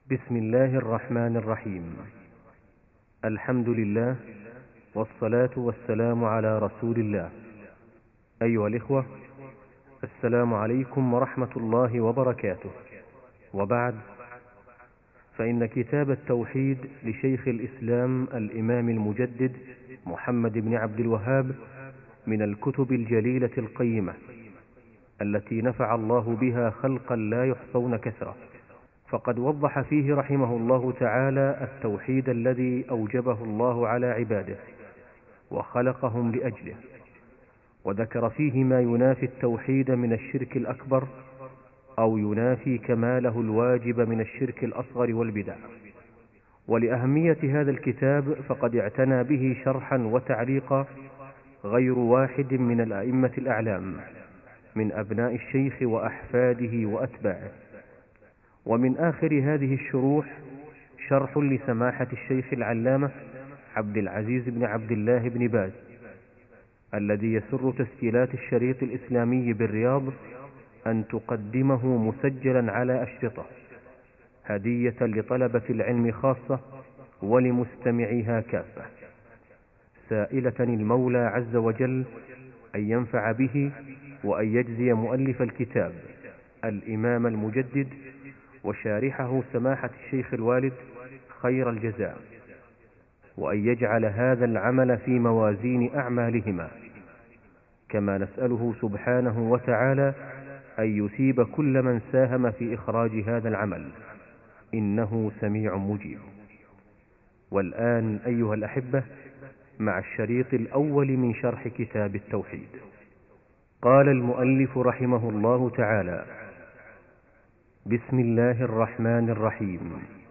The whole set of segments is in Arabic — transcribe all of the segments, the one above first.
بسم الله الرحمن الرحيم. الحمد لله والصلاة والسلام على رسول الله. أيها الإخوة، السلام عليكم ورحمة الله وبركاته. وبعد، فإن كتاب التوحيد لشيخ الإسلام الإمام المجدد محمد بن عبد الوهاب من الكتب الجليلة القيمة التي نفع الله بها خلقا لا يحصون كثرة، فقد وضح فيه رحمه الله تعالى التوحيد الذي أوجبه الله على عباده وخلقهم لأجله، وذكر فيه ما ينافي التوحيد من الشرك الأكبر أو ينافي كماله الواجب من الشرك الأصغر والبدع. ولأهمية هذا الكتاب فقد اعتنى به شرحا وتعليقا غير واحد من الأئمة الأعلام من أبناء الشيخ وأحفاده وأتباعه. ومن آخر هذه الشروح شرح لسماحة الشيخ العلامة عبد العزيز بن عبد الله بن باز، الذي يسر تسجيلات الشريط الإسلامي بالرياض أن تقدمه مسجلا على أشرطة هدية لطلبة العلم خاصة ولمستمعيها كافة، سائلة المولى عز وجل أن ينفع به وأن يجزي مؤلف الكتاب الإمام المجدد وشارحه سماحة الشيخ الوالد خير الجزاء، وأن يجعل هذا العمل في موازين أعمالهما، كما نسأله سبحانه وتعالى أن يثيب كل من ساهم في إخراج هذا العمل، إنه سميع مجيب. والآن أيها الأحبة مع الشريط الأول من شرح كتاب التوحيد. قال المؤلف رحمه الله تعالى: بسم الله الرحمن الرحيم.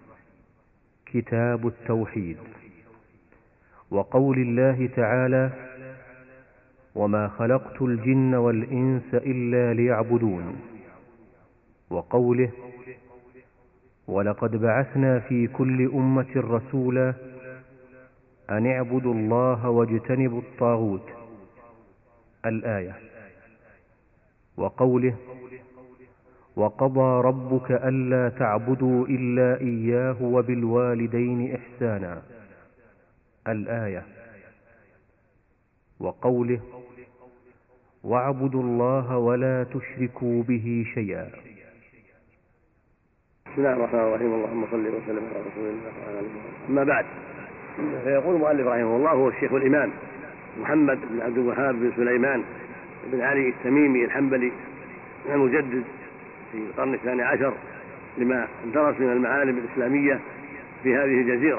كتاب التوحيد. وقول الله تعالى: وما خلقت الجن والإنس إلا ليعبدون. وقوله: ولقد بعثنا في كل أمة رسولا أن اعبدوا الله واجتنبوا الطاغوت. الآية. وقوله: وقضى ربك ألا تعبدوا إلا إياه وبالوالدين إحسانا. الآية. وقوله: واعبدوا الله ولا تشركوا به شيئا. بسم الله الرحمن الرحيم. اللهم صل وسلم على رسول الله وعلى اله وصحبه. اما بعد، فيقول المؤلف رحمه الله: هو الشيخ الامام محمد بن عبد الوهاب بن سليمان بن علي التميمي الحنبلي المجدد في القرن الثاني عشر لما درس من المعالم الإسلامية في هذه الجزيرة.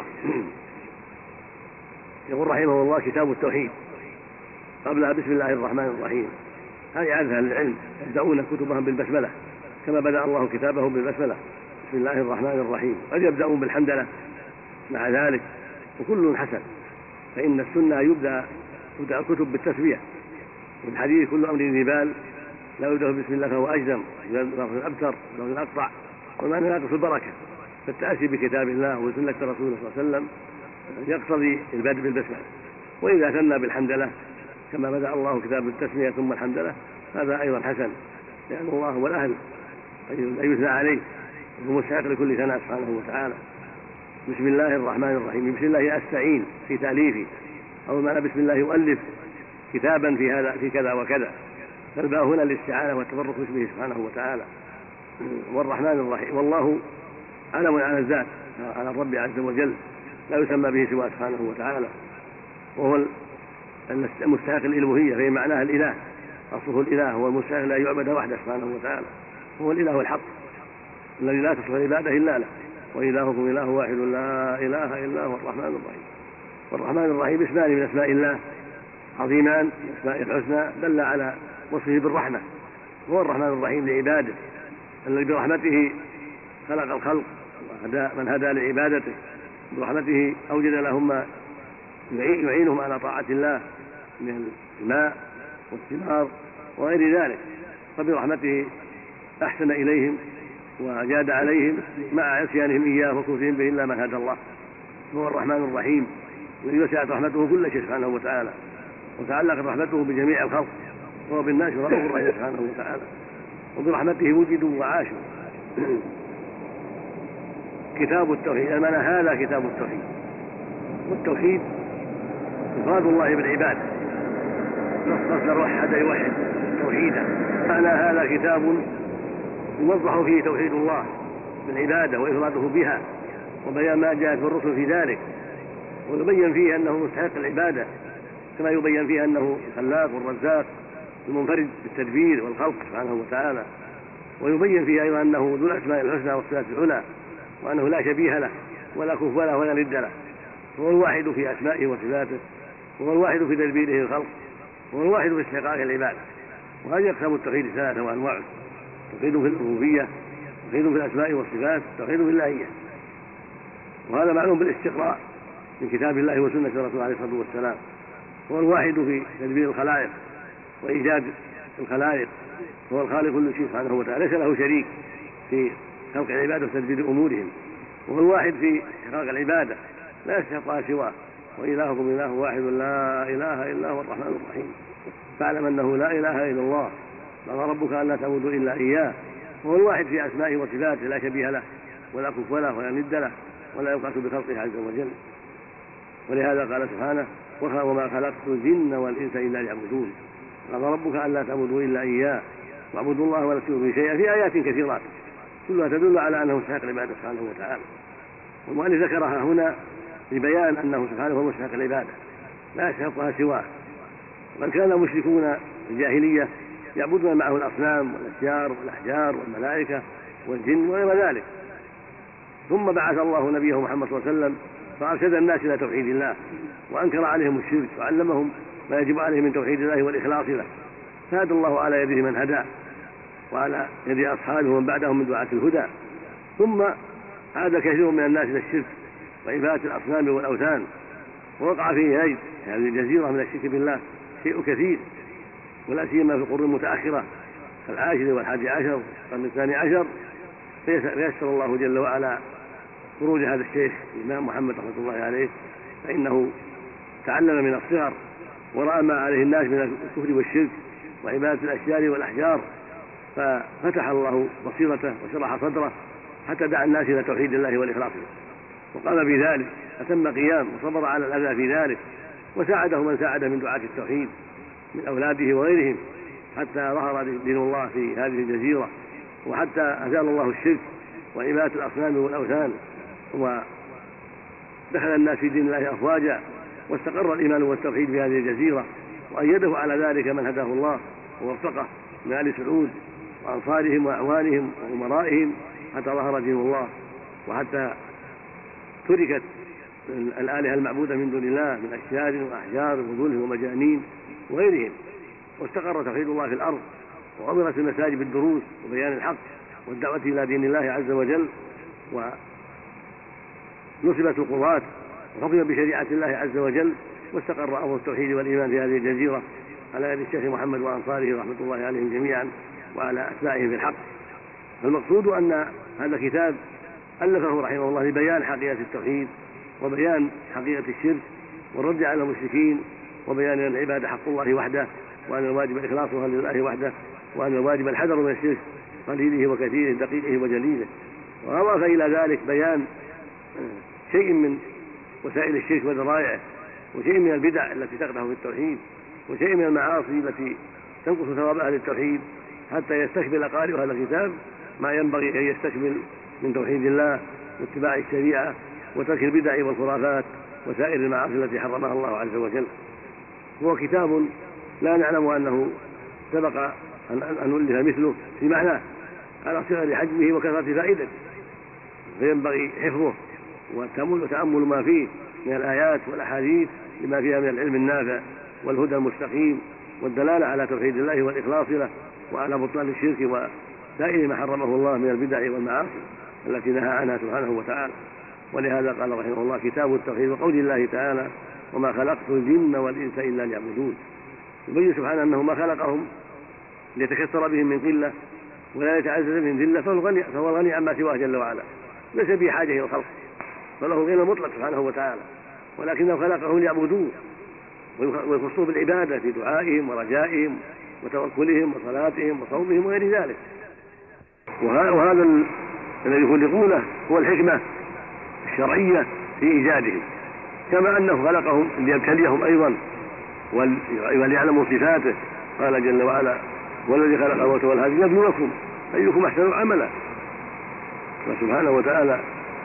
يقول رحمه الله: كتاب التوحيد. قبلها بسم الله الرحمن الرحيم. هذه عادة أهل العلم، يبدأون كتبهم بالبسملة كما بدأ الله كتابه بالبسملة، بسم الله الرحمن الرحيم. قد يبدأون بالحمدلة مع ذلك، وكل حسن، فإن السنة يبدأ الكتب بالتسمية، والحديث كل أمر ذي بال لا يبدأ بسم الله فهو أجزم، لفظ الأبتر لفظ الأقطع، والمعنى ناقص البركة. فالتأسي بكتاب الله وسنة رسوله صلى الله عليه وسلم يقتضي البدء بالبسملة. وإذا ثنى بالحمدلة كما بدأ الله كتاب التسمية ثم الحمدلة هذا أيضا حسن، لأن الله هو الأهل أن يثنى عليه ومستحق لكل ثناء سبحانه وتعالى. بسم الله الرحمن الرحيم. بسم الله أستعين في تأليفي، أو معنى بسم الله يؤلف كتابا في كذا وكذا، فالباء هنا الاستعانة والتبرك باسمه سبحانه وتعالى. والرحمن الرحيم، والله علم على الذات، على الرب عز وجل، لا يسمى به سواه سبحانه وتعالى، وهو المستحق الإلوهية، فهي معناها الإله، أصله الإله، هو المستحق لا يعبد وحده سبحانه وتعالى، هو الإله الحق الذي لا تصل عباده إلا له، وإلهكم إله واحد لا إله إلا هو الرحمن الرحيم. والرحمن الرحيم اسمان من أسماء الله عظيمان، من أسماء الحسنى، دل على وصفه بالرحمة، هو الرحمن الرحيم لعباده الذي برحمته خلق الخلق من هدى لعبادته، برحمته أوجد لهم ما يعينهم على طاعة الله من الماء والثمار وغير ذلك، فبرحمته أحسن إليهم وجاد عليهم مع عصيانهم إياه وكفرهم به إلا من هدى الله. هو الرحمن الرحيم الذي وسعت رحمته كل شيء سبحانه وتعالى، وتعلقت رحمته بجميع الخلق، وهو بالناس رؤوف رحيم سبحانه وتعالى، وبرحمته وجدوا وعاشوا. كتاب التوحيد، المعنى هذا كتاب التوحيد. والتوحيد إفراد الله بالعبادة، مصدر وحد يوحد توحيدا. معنى هذا كتاب يوضح فيه توحيد الله بالعبادة وإفراده بها، وبيان ما جاءت بالرسل في ذلك، ويبين فيه أنه مستحق العبادة، كما يبين فيه أنه الخلاق والرزاق المنفرد بالتدبير والخلق سبحانه وتعالى، ويبين فيه أيضا أنه ذو الأسماء الحسنى والصفات العلى، وأنه لا شبيه له ولا كفو له ولا ند له، هو الواحد في أسمائه وصفاته، هو الواحد في تدبيره الخلق، هو الواحد في استحقاق العبادة. وهذه أقسام التوحيد ثلاثة وأنواعه: توحيد في الربوبية، توحيد في الأسماء والصفات، توحيد في الإلهية. وهذا معلوم بالاستقراء من كتاب الله وسنة رسوله عليه الصلاة والسلام. هو الواحد في تدبير الخلائق وإيجاد الخلائق، هو الخالق كل شيء سبحانه وتعالى، ليس له شريك في خلق العباد وتدبير أمورهم، وهو الواحد في إحقاق العبادة، لا يستحقها سواه. وإلهكم إله واحد لا إله إلا هو الرحمن الرحيم، فاعلم أنه لا إله إلا الله، قضى ربك ألا تعبدوا إلا إياه. وهو الواحد في أسمائه وصفاته، لا شبيه له ولا كفو له ولا ند له ولا يقاس بخلقه عز وجل. ولهذا قال سبحانه: وما خلقت الجن والإنس إلا ليعبدون، قضى ربك ألا تعبدوا إلا إياه واعبدوا الله ولا تشركوا به شيئا، في آيات كثيرات كلها تدل على أنه مستحق العبادة سبحانه وتعالى. والمؤلف ذكرها هنا لبيان أنه سبحانه هو مستحق العبادة، لا يستحقها سواه. وقد كان المشركون في الجاهلية يعبدون معه الأصنام والأشجار والأحجار والملائكة والجن وغير ذلك، ثم بعث الله نبيه محمد صلى الله عليه وسلم فأرشد الناس إلى توحيد الله، وأنكر عليهم الشرك وعلمهم ما يجب عليهم من توحيد الله والإخلاص له، فهدى الله على يده من هدى، وعلى يد أصحابه ومن بعدهم من دعاة الهدى. ثم عاد كثير من الناس إلى الشرك وعبادة الأصنام والأوثان، ووقع فيه هذه الجزيرة من الشرك بالله شيء كثير، ولا سيما في القرون المتأخرة كالعاشر والحادي عشر والقرن الثاني عشر، فيسر الله جل وعلا خروج هذا الشيخ الإمام محمد رحمة الله عليه، فإنه تعلم من الصغر ورأى ما عليه الناس من الكفر والشرك وعبادة الأشجار والأحجار، ففتح الله بصيرته وشرح صدره حتى دعا الناس إلى توحيد الله والإخلاص له، وقام بذلك أتم قيام، وصبر على الأذى في ذلك، وساعده من ساعده من دعاة التوحيد من أولاده وغيرهم، حتى ظهر دين الله في هذه الجزيرة، وحتى أزال الله الشرك وعبادة الأصنام والأوثان، ودخل الناس في دين الله أفواجا، واستقر الإيمان والتوحيد في هذه الجزيرة، وأيده على ذلك من هداه الله ووفقه من آل سعود وأنصارهم وأعوانهم وأمرائهم، حتى ظهر دين الله، وحتى تركت الآلهة المعبودة من دون الله من أشجار وأحجار وظلم ومجانين وغيرهم، واستقر توحيد الله في الأرض، وأمرت المساجد بالدروس وبيان الحق والدعوة إلى دين الله عز وجل، ونصبت القضاة وحكم بشريعة الله عز وجل، واستقر أمر التوحيد والإيمان في هذه الجزيرة على يد الشيخ محمد وأنصاره رحمة الله عليهم جميعا وعلى أتباعهم في الحق. فالمقصود أن هذا كتاب ألفه رحمه الله لبيان حقيقة التوحيد وبيان حقيقة الشرك والرد على المشركين، وبيان أن العبادة حق الله وحده، وأن الواجب إخلاصها لله وحده، وأن الواجب الحذر من الشرك قليله وكثيره دقيقه وجليله. وأضاف إلى ذلك بيان شيء من وسائل الشرك وذرائعه، وشيء من البدع التي تقدح في التوحيد، وشيء من المعاصي التي تنقص ثواب أهل التوحيد، حتى يستكمل قارئ هذا الكتاب ما ينبغي أن يستكمل من توحيد الله واتباع الشريعة وترك البدع والخرافات وسائر المعاصي التي حرمها الله عز وجل. هو كتاب لا نعلم أنه سبق أن ألف مثله في معناه على صغر حجمه وكثرة فائدته، فينبغي حفظه وتأمل ما فيه من الآيات والأحاديث لما فيها من العلم النافع والهدى المستقيم والدلالة على توحيد الله والإخلاص له، وعلى بطلان الشرك وسائر ما حرمه الله من البدع والمعاصي التي نهى عنها سبحانه وتعالى. ولهذا قال رحمه الله: كتاب التوحيد. وقول الله تعالى: وما خلقت الجن والإنس إلا ليعبدون، يبين سبحانه أنه ما خلقهم ليتكثر بهم من قلة ولا يتعزز من ذلة، فهو الغني عما سواه جل وعلا، ليس به حاجة إلى الخلق، فله الغنى المطلق سبحانه وتعالى، ولكنه خلقهم ليعبدوه ويخصوه بالعبادة في دعائهم ورجائهم وتوكلهم وصلاتهم وصومهم وغير ذلك. وهذا الذي يخلقونه هو الحكمة الشرعية في إيجادهم، كما أنه خلقهم ليبتليهم أيضا وليعلموا صفاته. قال جل وعلا: والذي خلق الموت والحياة ليبلوكم أيكم أحسن عملا. سبحانه وتعالى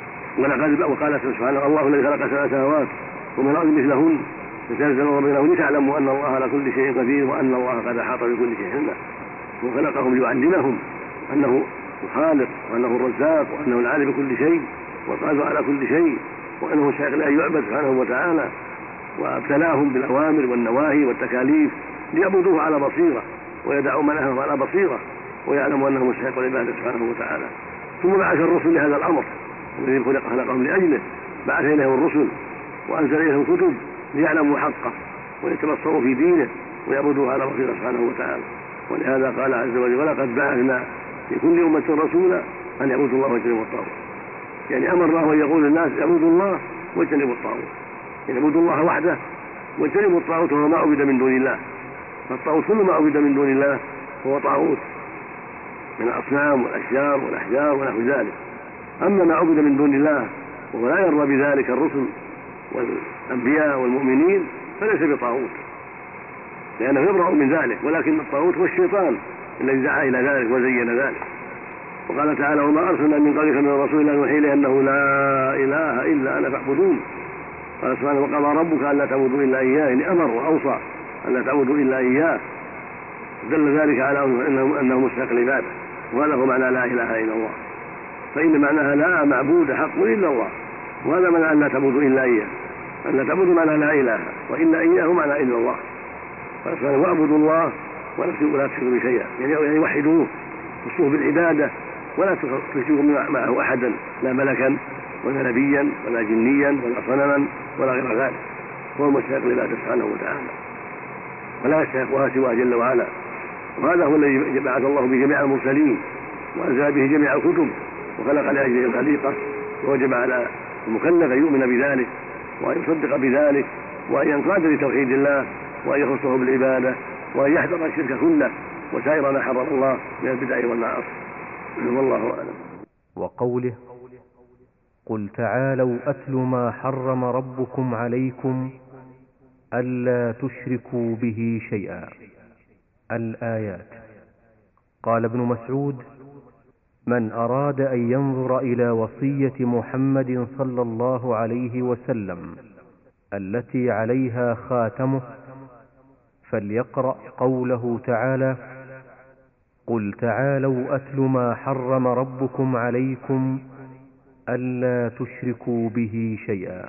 وقال سبحانه: الله الذي خلق 7 سماوات ومن الأرض مثلهن فزلزل الله بينهن لتعلموا أن الله على كل شيء قدير وأن الله قد أحاط بكل شيء علما. وخلقهم ليعلمهم أنه الخالق وأنه الرزاق وأنه العالم بكل شيء والقادر على كل شيء وأنه مستحق أن يعبد سبحانه وتعالى. وابتلاهم بالأوامر والنواهي والتكاليف ليعبدوه على بصيرة ويدعوا من أهله على بصيرة ويعلموا أنه مستحق العبادة سبحانه وتعالى. ثم بعث الرسل لهذا الأمر الذي خلقهم لأجله، بعث إليهم الرسل وأنزل إليهم كتب ليعلموا حقه ويتبصروا في دينه ويعبدوه على بصيرة سبحانه وتعالى. ولهذا قال عز وجل: ولقد بعثنا في كل أمة رسولا أن يعبدوا الله واجتنبوا الطاغوت. يعني أمر الله أن يقول الناس اعبدوا الله واجتنبوا الطاغوت، يعني اعبدوا الله وحده واجتنبوا الطاغوت وهو ما عبد من دون الله. فالطاغوت كل ما عبد من دون الله هو طاغوت من الأصنام والأشجار والأحجار ونحو ذلك. أما ما عبد من دون الله وهو لا يرضى بذلك الرسل والأنبياء والمؤمنين فليس بطاغوت، لأنه يبرأ من ذلك. ولكن الطاغوت هو الشيطان الذي دعا إلى ذلك وزين ذلك. وقال تعالى: وما أرسلنا من قبلك من الرسول إلا نوحي إليه أنه لا إله إلا أنا فاعبدون. قال سبحانه: وقضى ربك ألا تعبدوا إلا إياه، يعني أمر وأوصى ألا تعبدوا إلا إياه. دل ذلك على أنه مستحق العبادة، وهذا هو معنى لا إله إلا الله. فإن معناها لا معبود حق إلا الله، وهذا معنى أن لا تعبدوا إلا إياه. أن لا تعبدوا معنى لا إله، وإلا إياه معنى إلا الله. فقال: واعبدوا الله ولا تشركوا به شيئا، يعني وحدوه وصوه بالعبادة ولا تشركوا معه أحدا، لا ملكا ولا نبيا ولا جنيا ولا صنما ولا غير ذلك. هو مستحق العبادة سبحانه وتعالى ولا يستحقها سواه جل وعلا. وهذا هو الذي بعث الله به جميع المرسلين وأنزل به جميع الكتب وخلق لأجله الخليقة. ووجب على المكلف أن يؤمن بذلك وأن يصدق بذلك وأن ينقاد لتوحيد الله وأن يخصه بالعبادة وأن يحذر الشرك كله وسائر ما حرم الله من البدع والمعاصي. والله أعلم. وقوله: قل تعالوا أتل ما حرم ربكم عليكم ألا تشركوا به شيئا. الآيات. قال ابن مسعود: من أراد أن ينظر إلى وصية محمد صلى الله عليه وسلم التي عليها خاتمه فليقرأ قوله تعالى: قل تعالوا أتل ما حرم ربكم عليكم ألا تشركوا به شيئا.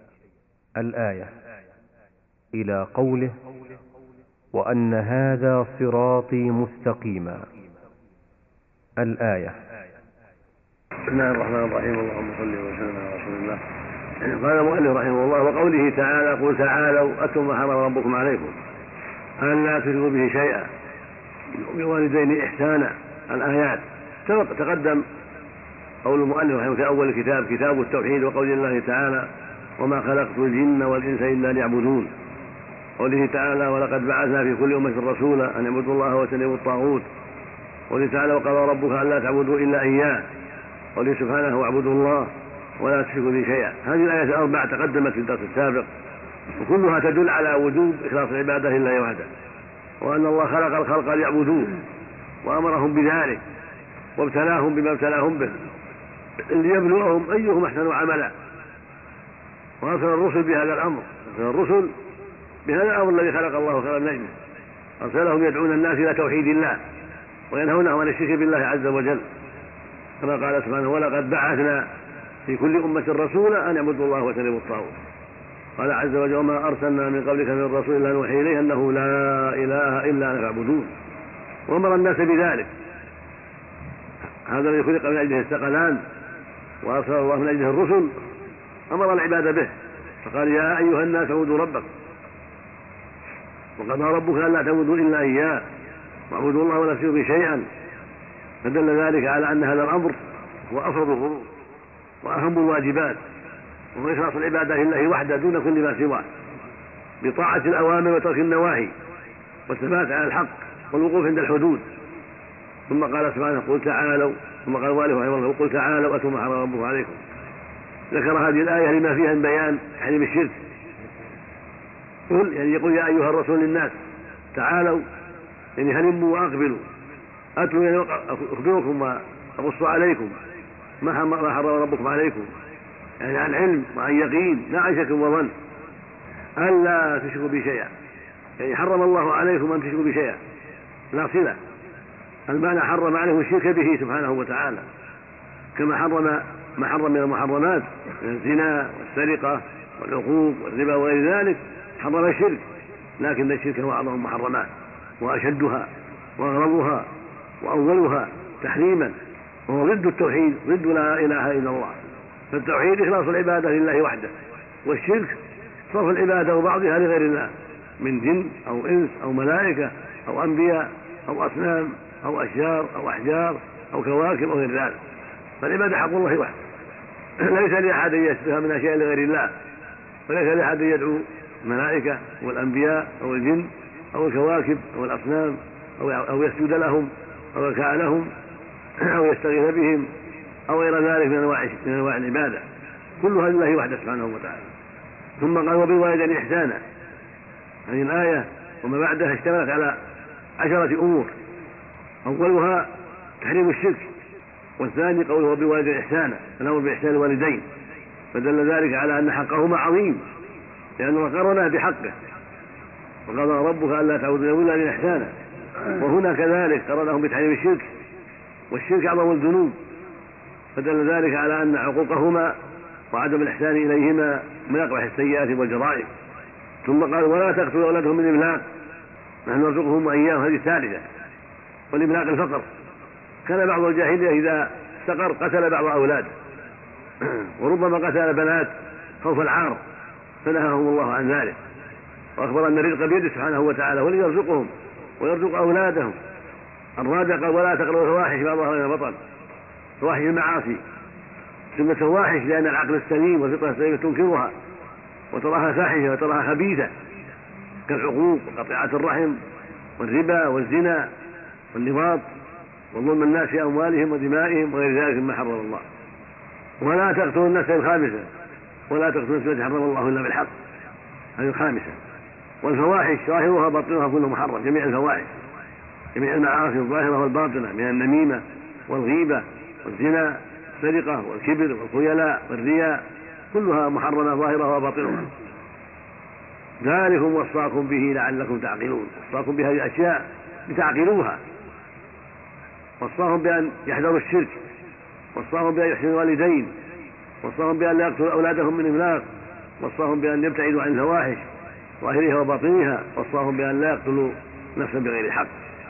الآية إلى قوله: وأن هذا صراطي مستقيما. الآية. بسم الله الرحمن الرحيم. اللهم صل وسلم على رسول الله. قال المؤلف رحمه الله: وقوله تعالى: قل تعالوا أتل ما حرم ربكم عليكم ألا تشركوا به شيئا، بالوالدين إحسانا. الآيات. تقدم قول المؤلف رحمه في أول الكتاب كتاب التوحيد، وقول الله تعالى: وما خلقت الجن والإنس إلا ليعبدون. قوله تعالى: ولقد بعثنا في كل أمة رسولا أن يعبدوا الله واجتنبوا الطاغوت. قوله تعالى: وقضى ربك ألا تعبدوا إلا إياه. قوله سبحانه: واعبدوا الله ولا تشركوا به شيئا. هذه الآيات الأربع تقدمت في الدرس السابق، وكلها تدل على وجوب إخلاص العبادة لله وحده، وأن الله خلق الخلق ليعبدوه وأمرهم بذلك وابتلاهم بما ابتلاهم به ليبلوهم أيهم أحسن عملا. وأرسل الرسل بهذا الأمر، أرسل الرسل بهذا الأمر الذي خلق الله خلق من أجله. أرسلهم يدعون الناس إلى توحيد الله وينهونهم عن الشرك بالله عز وجل، كما قال سبحانه: ولقد بعثنا في كل أمة رسولا أن يعبدوا الله واجتنبوا الطاغوت. قال عز وجل: وما أرسلنا من قبلك من رسول إلا نوحي إليه أنه لا إله إلا أنا فاعبدون. وأمر الناس بذلك. هذا الذي خلق من أجله الثقلان وأرسل الله من أجله الرسل أمر العباد به، فقال: يا أيها الناس اعبدوا ربكم وقضى ربك ألا تعبدوا إلا إياه واعبدوا الله ولا تشركوا به شيئا. فدل ذلك على أن هذا الأمر هو أفرض الفروض وأهم الواجبات، وهو إخلاص العبادة لله وحده دون كل ما سواه، بطاعة الأوامر وترك النواهي والثبات على الحق والوقوف عند الحدود. ثم قال سبحانه: قل تعالوا، ثم قال والله رحمه الله: قل تعالوا أتل ما حرم ربكم عليكم ذكر هذه الآية لما فيها من بيان تحريم الشرك. يقول يا أيها الرسول للناس تعالوا هلموا وأقبلوا أتلوا أخبركم وأقص عليكم ما حرم ربكم عليكم، يعني عن علم وعن يقين لا عن شك وظن، ألا تشركوا بي شيئا، يعني حرم الله عليكم أن تشركوا بي شيئا لا صلة، المعنى حرم عليهم الشرك به سبحانه وتعالى، كما حرم ما حرم من المحرمات من الزنا والسرقة والعقوق والربا وغير ذلك، حرم الشرك، لكن الشرك هو أعظم المحرمات وأشدها وأغلظها وأولها تحريما، وهو ضد التوحيد، ضد لا إله إلا الله. فالتوحيد إخلاص العبادة لله وحده، والشرك صرف العبادة وبعضها لغير الله من جن أو إنس أو ملائكة أو أنبياء أو أصنام أو أشجار أو أحجار أو كواكب أو غير ذلك. فالعبادة حق الله وحده، ليس لأحد يشبه من أشياء لغير الله، وليس لأحد يدعو الملائكة والأنبياء أو الجن أو الكواكب أو الأصنام أو يسجد لهم أو يركع لهم أو يستغيث بهم أو غير ذلك من أنواع العبادة، كلها لله وحده سبحانه وتعالى. ثم قال وبالوالدين إحسانا. هذه الآية وما بعدها اشتملت على 10 أمور، أولها تحريم الشرك، والثاني قوله وبالوالدين إحسانا، الأمر بإحسان الوالدين، فدل ذلك على أن حقهما عظيم لأنه قرنه بحقه، وقضى ربك ألا تعبدوا إلا بالوالدين إحسانا، وهنا كذلك قرنهم بتحريم الشرك، والشرك أعظم الذنوب، فدل ذلك على أن عقوقهما وعدم الإحسان إليهما من أقبح السيئات والجرائم. ثم قال ولا تقتلوا أولادهم من إملاق، نحن نرزقهم وإياهم، هذه الثالثة. والإملاق الفقر، كان بعض الجاهلية إذا استقر قتل بعض أولاده وربما قتل البنات خوف العار، فنهاهم الله عن ذلك، وأخبر أن الرزق بيده سبحانه وتعالى ولي يرزقهم ويرزق أولادهم. الرابع قال ولا تقربوا الفواحش بعضها من البطن، فواحش المعاصي سمة فواحش لأن العقل السليم والفطرة السليمة تنكرها وتراها فاحشة وتراها خبيثة، كالعقوق وقطيعة الرحم والربا والزنا والنباط وظلم الناس في أموالهم ودمائهم وغير ذلك مما حرم الله. ولا تقتلوا النفس الخامسة، ولا تقتلوا النفس التي حرم الله إلا بالحق، هذه الخامسة. والفواحش ظاهرها باطنها كله محرم، جميع الفواحش، جميع المعاصي الظاهرة والباطنة من النميمة والغيبة والزنا والسرقة والكبر والخيلاء والرياء، كلها محرمة ظاهرها وباطنها. ذلكم وصاكم به لعلكم تعقلون، وصاكم بهذه الأشياء لتعقلوها، وصاهم بأن يحذروا الشرك، وصاهم بأن يحسنوا الوالدين، وصاهم بأن لا يقتلوا أولادهم من إملاق، وصاهم بأن يبتعدوا عن الفواحش ظاهرها وباطنها، وصاهم بأن لا يقتلوا نفسا بغير حق.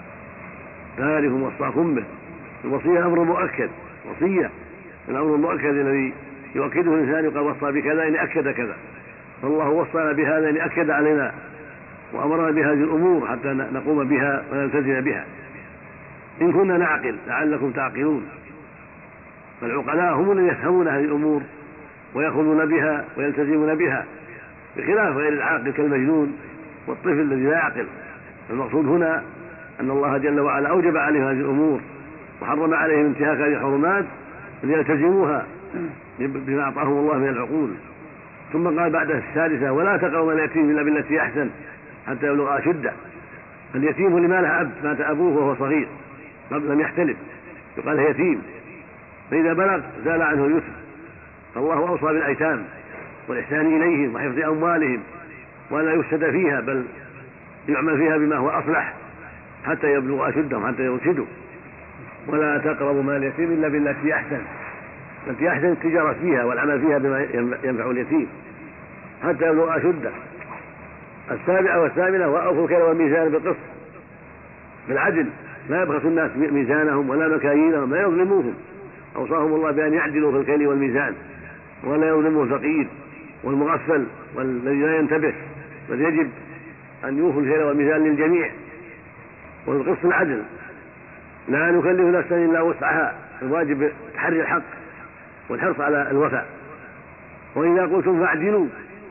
ذلكم وصاكم به. الوصية أمر مؤكد، وصية الأمر المؤكد الذي يؤكده الإنسان، يقال وصى بكذا إن أكد كذا، فالله وصانا بهذا إن أكد علينا وأمرنا بهذه الأمور حتى نقوم بها ونلتزم بها إن كنا نعقل لعلكم تعقلون. فالعقلاء هم الذين يفهمون هذه الأمور ويأخذون بها ويلتزمون بها، بخلاف غير العاقل كالمجنون والطفل الذي لا يعقل. المقصود هنا أن الله جل وعلا أوجب عليهم هذه الأمور وحرم عليهم انتهاك هذه الحرمات ليلتزموها بما أعطاهم الله من العقول. ثم قال بعد الثالثة ولا تقربوا مال اليتيم إلا بالتي أحسن حتى يبلغ أشده. اليتيم لما له أب مات أبوه وهو صغير لم يحتلم يقال يتيم، فإذا بلغ زال عنه اليتم. فالله أوصى بالأيتام والإحسان إليهم وحفظ أموالهم ولا يفسد فيها، بل يعمل فيها بما هو أصلح حتى يبلغ أشدهم حتى يرشدوا. ولا تقربوا مال اليتيم إلا بالتي أحسن، التي أحسن التجارة فيها والعمل فيها بما ينفع اليتيم حتى يبلغ أشده. السابعة والثامنة وأوفوا الكيل والميزان بالقسط، بالعدل، لا يبخسوا الناس ميزانهم ولا مكاييلهم، لا يظلموهم. أوصاهم الله بأن يعدلوا في الكيل والميزان ولا يظلموا الفقير والمغفل والذي لا ينتبه، بل يجب أن يوفوا الكيل والميزان للجميع. والقسط العدل، لا نكلف نفسا إلا وسعها، الواجب تحري الحق والحرص على الوفاء. وإذا قلتم فاعدلوا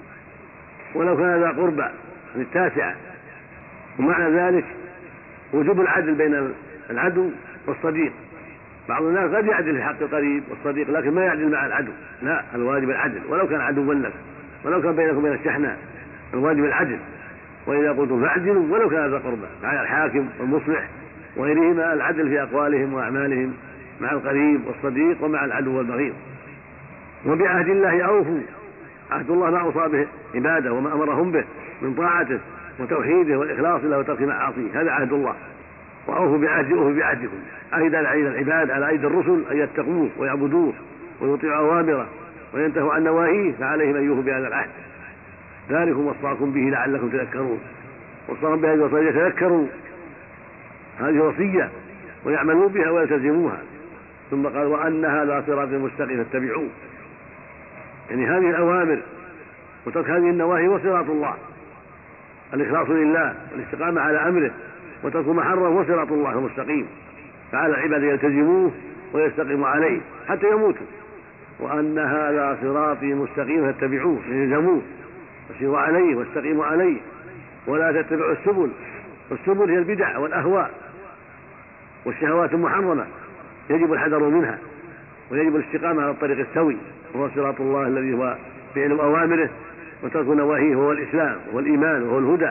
ولو كان ذا قربى، التاسعة. ومعنى ذلك وجوب العدل بين العدو والصديق، بعض الناس قد يعدل في حق القريب والصديق لكن ما يعدل مع العدو، لا، الواجب العدل ولو كان عدوا لك، ولو كان بينكم وبين الشحناء، الواجب العدل. وإذا قلتم فاعدلوا ولو كان ذا قربى، على الحاكم والمصلح وغيرهما العدل في أقوالهم وأعمالهم مع القريب والصديق ومع العدو والبغيض. وبعهد الله أوفوا، عهد الله ما أوصى به عباده وما أمرهم به من طاعته وتوحيده والإخلاص له وترك معاصيه، هذا عهد الله. وأوفوا بعهدي أوفوا بعهدكم، عهد العباد على أيدي الرسل أن يتقوه ويعبدوه ويطيعوا أوامره وينتهوا عن نواهيه، فعليهم أن يوفوا بهذا العهد. ذلكم وصاكم به لعلكم تذكرون، وصاهم بهذه الوصية يتذكروا هذه وصية ويعملوا بها ويلتزموها. ثم قال وأن هذا صراط مستقيم فاتبعوه، يعني هذه الأوامر وترك هذه النواهي وصراط الله، الإخلاص لله والاستقامة على أمره وترك ما حرم وصراط الله المستقيم، فعلى العباد يلتزموه ويستقيموا عليه حتى يموتوا. وأن هذا صراطي مستقيم فاتبعوه، يلزموه وسيروا عليه واستقيموا عليه ولا تتبعوا السبل، والسبل هي البدع والأهواء والشهوات المحرمة، يجب الحذر منها ويجب الاستقامة على الطريق السوي، وهو صراط الله الذي هو فعل أوامره وترك نواهيه، وهو الإسلام وهو الإيمان وهو الهدى.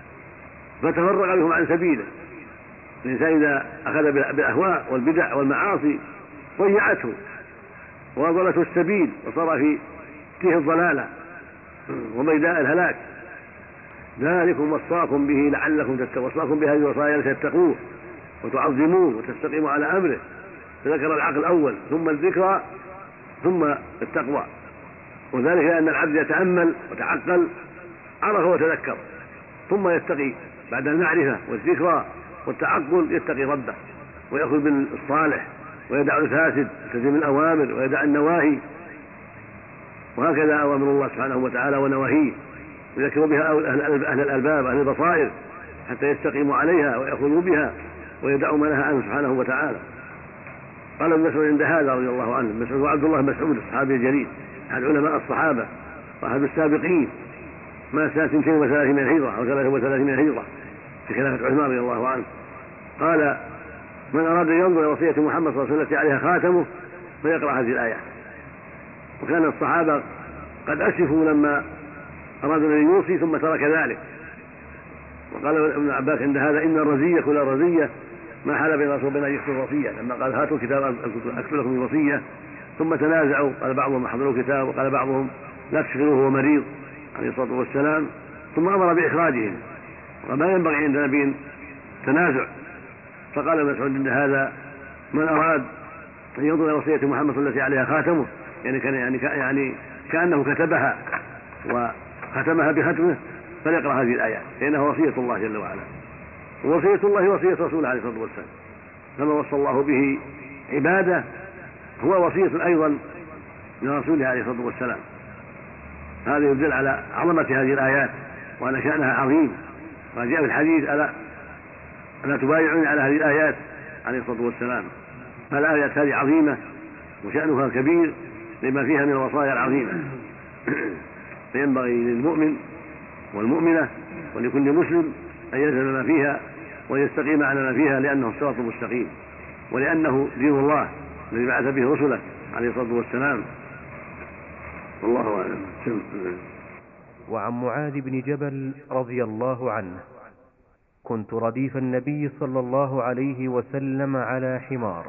فتفرق بهم عن سبيله. الإنسان إذا أخذ بالأهواء والبدع والمعاصي ضيعته وأضلته السبيل وصار في تيه الضلالة وميداء الهلاك. ذلكم وصاكم به لعلكم تتقون، وصاكم بهذه الوصايا لتتقوه وتعظموه وتستقيموا على أمره. فذكر العقل الأول ثم الذكرى ثم التقوى، وذلك لأن العبد يتأمل وتعقل عرف وتذكر ثم يتقي بعد المعرفة والذكرى والتعقل، يتقي ربه ويأخذ بالصالح ويدع الفاسد، يلتزم الأوامر ويدع النواهي، وهكذا أوامر الله سبحانه وتعالى ونواهيه يذكر بها أهل الألباب أهل البصائر حتى يستقيموا عليها ويأخذوا بها ويدعوا ما نهى عنه سبحانه وتعالى. قال ابن مسعود عند هذا رضي الله عنه، مسعود وعبد الله مسعود الصحابي الجليل أحد علماء الصحابة وأحد السابقين ما سنة 32 من الهجرة أو 33 من الهجرة في خلافة عثمان رضي الله عنه. قال من أراد أن ينظر إلى وصية محمد صلى الله عليه وسلم التي عليها خاتمه فيقرأ هذه الآيات. وكان الصحابة قد أسفوا لما أرادوا أن يوصي ثم ترك ذلك. وقال ابن عباس عند هذا إن الرزية كل رزية ما حال بين رسول بين يكتب الوصية، لما قال هاتوا كتاب أكتب لكم الوصية ثم تنازعوا، قال بعضهم أحضروا الكتاب وقال بعضهم لا تشغلوه وهو مريض عليه الصلاة والسلام، ثم أمر بإخراجهم وما ينبغي عند نبي تنازع. فقال مسعود عند هذا من أراد أن ينظر إلى وصية محمد التي عليها خاتمه، يعني كأنه كتبها وختمها بختمه فليقرأ هذه الآيات لأنها وصية الله جل وعلا، ووصية الله وصية رسوله عليه الصلاة والسلام، كما وصى الله به عباده هو وصية أيضا من رسوله عليه الصلاة والسلام. هذا يدل على عظمة هذه الآيات وأن شأنها عظيم، وجاء في الحديث ألا تبايعون على هذه الآيات عليه الصلاة والسلام. فالآيات هذه عظيمة وشأنها كبير لما فيها من الوصايا العظيمة. فينبغي للمؤمن والمؤمنة ولكل مسلم أن يلزم ما فيها ويستقيم على ما فيها، لأنه الصراط المستقيم ولأنه دين الله الذي بعث به رسله عليه الصلاة والسلام. والله أعلم. وعن معاذ بن جبل رضي الله عنه: كنت رديف النبي صلى الله عليه وسلم على حمار،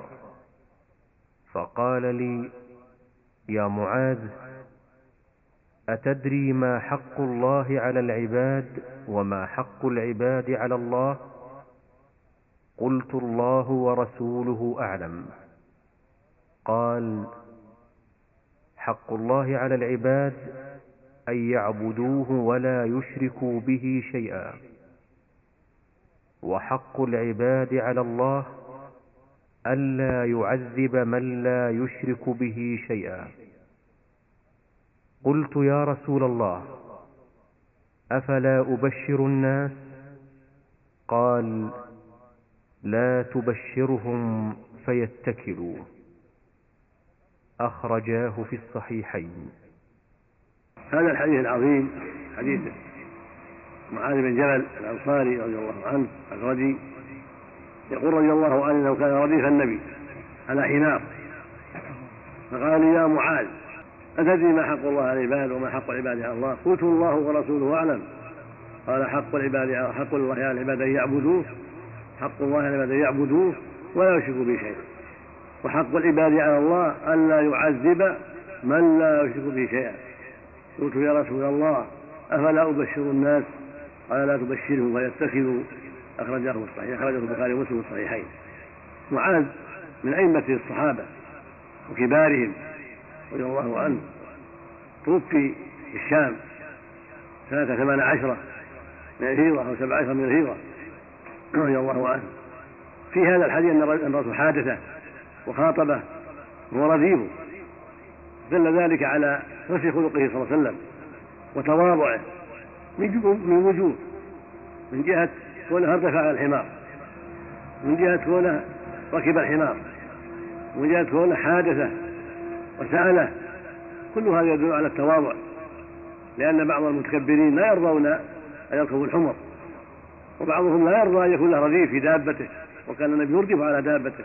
فقال لي: يا معاذ، أتدري ما حق الله على العباد وما حق العباد على الله؟ قلت: الله ورسوله أعلم. قال: حق الله على العباد أن يعبدوه ولا يشركوا به شيئا، وحق العباد على الله ألا يعذب من لا يشرك به شيئا. قلت: يا رسول الله، أفلا أبشر الناس؟ قال: لا تبشرهم فيتكلوا. أخرجاه في الصحيحين. هذا الحديث العظيم حديث معاذ بن جبل الأنصاري رضي الله عنه الردي، يقول رضي الله عنه انه كان رديف النبي على حمار، فقال لي: يا معاذ، أتدري ما حق الله على العباد وما حق العباد على الله؟ قلت: الله ورسوله أعلم. قال: حق الله على العباد أن يعبدوه، حق الله على العباد أن يعبدوه ولا يشركوا به شيئا، وحق العباد على الله أن لا يعذب من لا يشرك به شيئا. قلت: يا رسول الله، أفلا أبشر الناس؟ قال: لا تبشرهم فيتخذوا. أخرجه البخاري ومسلم في الصحيحين. معاذ من أئمة الصحابة وكبارهم رضي الله عنه، توفي في الشام سنة 18 من الهجرة أو 17 من الهجرة رضي الله عنه. في هذا الحديث أن الرسول حادثه وخاطبه وهو رذيل، دل ذلك على حسن خلقه صلى الله عليه وسلم وتواضعه من وجوه: من جهة كونه ارتفع على الحمار، من جهة كونه ركب الحمار، من جهة كونه حادثه وسأله. كل هذا يدل على التواضع، لأن بعض المتكبرين لا يرضون أن يركبوا الحمر، وبعضهم لا يرضى أن يكون له رديف في دابته، وكان النبي يردف على دابته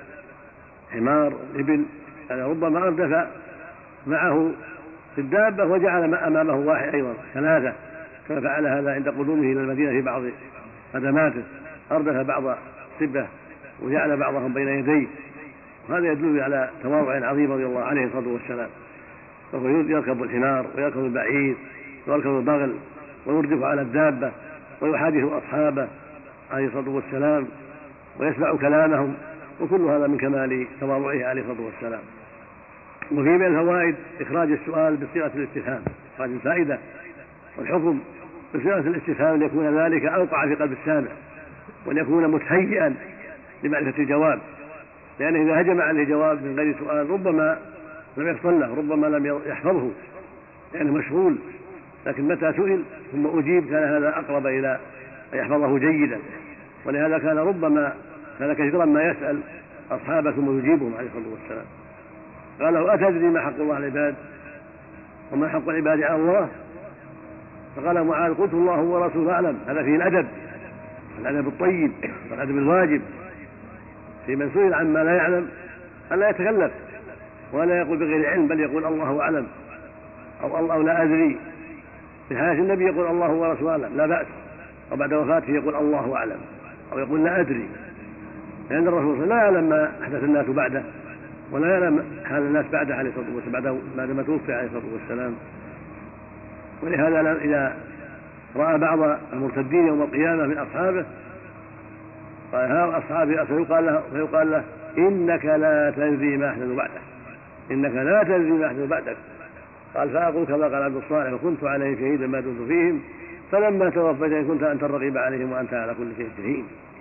حمار إبل، يعني ربما أردف معه في الدابة وجعل أمامه واحد أيضا 3، كما فعل هذا عند قدومه إلى المدينة في بعض خدماته، أردف بعض سبه وجعل بعضهم بين يديه، وهذا يدل على تواضع عظيم رضي الله عليه الصلاة والسلام. فهو يركب الحمار ويركب البعير ويركب البغل ويردف على الدابة ويحادث أصحابه عليه الصلاة والسلام ويسمع كلامهم، وكل هذا من كمال تواضعه عليه الصلاة والسلام. وفي من الفوائد إخراج السؤال بصيغة الاستفهام، إخراج الفائدة والحكم بصيغة الاستفهام ليكون ذلك أوقع في قلب السامع وليكون متهيئا لمعرفة الجواب، لأنه إذا هجم عليه جواب من غير سؤال ربما لم يحصل له، ربما لم يحفظه لأنه مشغول، لكن متى سئل ثم أجيب كان هذا أقرب إلى أن يحفظه جيدا. ولهذا كان كثيرا ما يسأل أصحابه ثم يجيبهم عليه الصلاة والسلام. قال له: أتدري ما حق الله على العباد وما حق العباد على الله؟ فقال معاذ: قلت: الله ورسوله أعلم. هذا فيه الأدب الطيب والأدب الواجب في من سئل عما لا يعلم، ألا يتكلف ولا يقول بغير علم، بل يقول الله أعلم أو لا أدري. في حياة النبي يقول الله ورسوله أعلم لا بأس، وبعد وفاته يقول الله أعلم أو يقول لا أدري، لأن الرسول لا يعلم ما أحدث الناس بعده ولا يعلم حال الناس بعده عليه الصلاة والسلام بعد ما توفي عليه الصلاة والسلام. ولهذا إذا رأى بعض المرتدين يوم القيامة من أصحابه قال: ها أصحابي، فيقال له: إنك لا تدري ما أحدث بعدك، إنك لا تدري ما أحدث بعدك. قال: فأقول كما قال عبد الصالح: وكنت عليهم شهيدا ما دمت فيهم، فلما توفيتني كنت أنت الرقيب عليهم وأنت على كل شيء شهيد.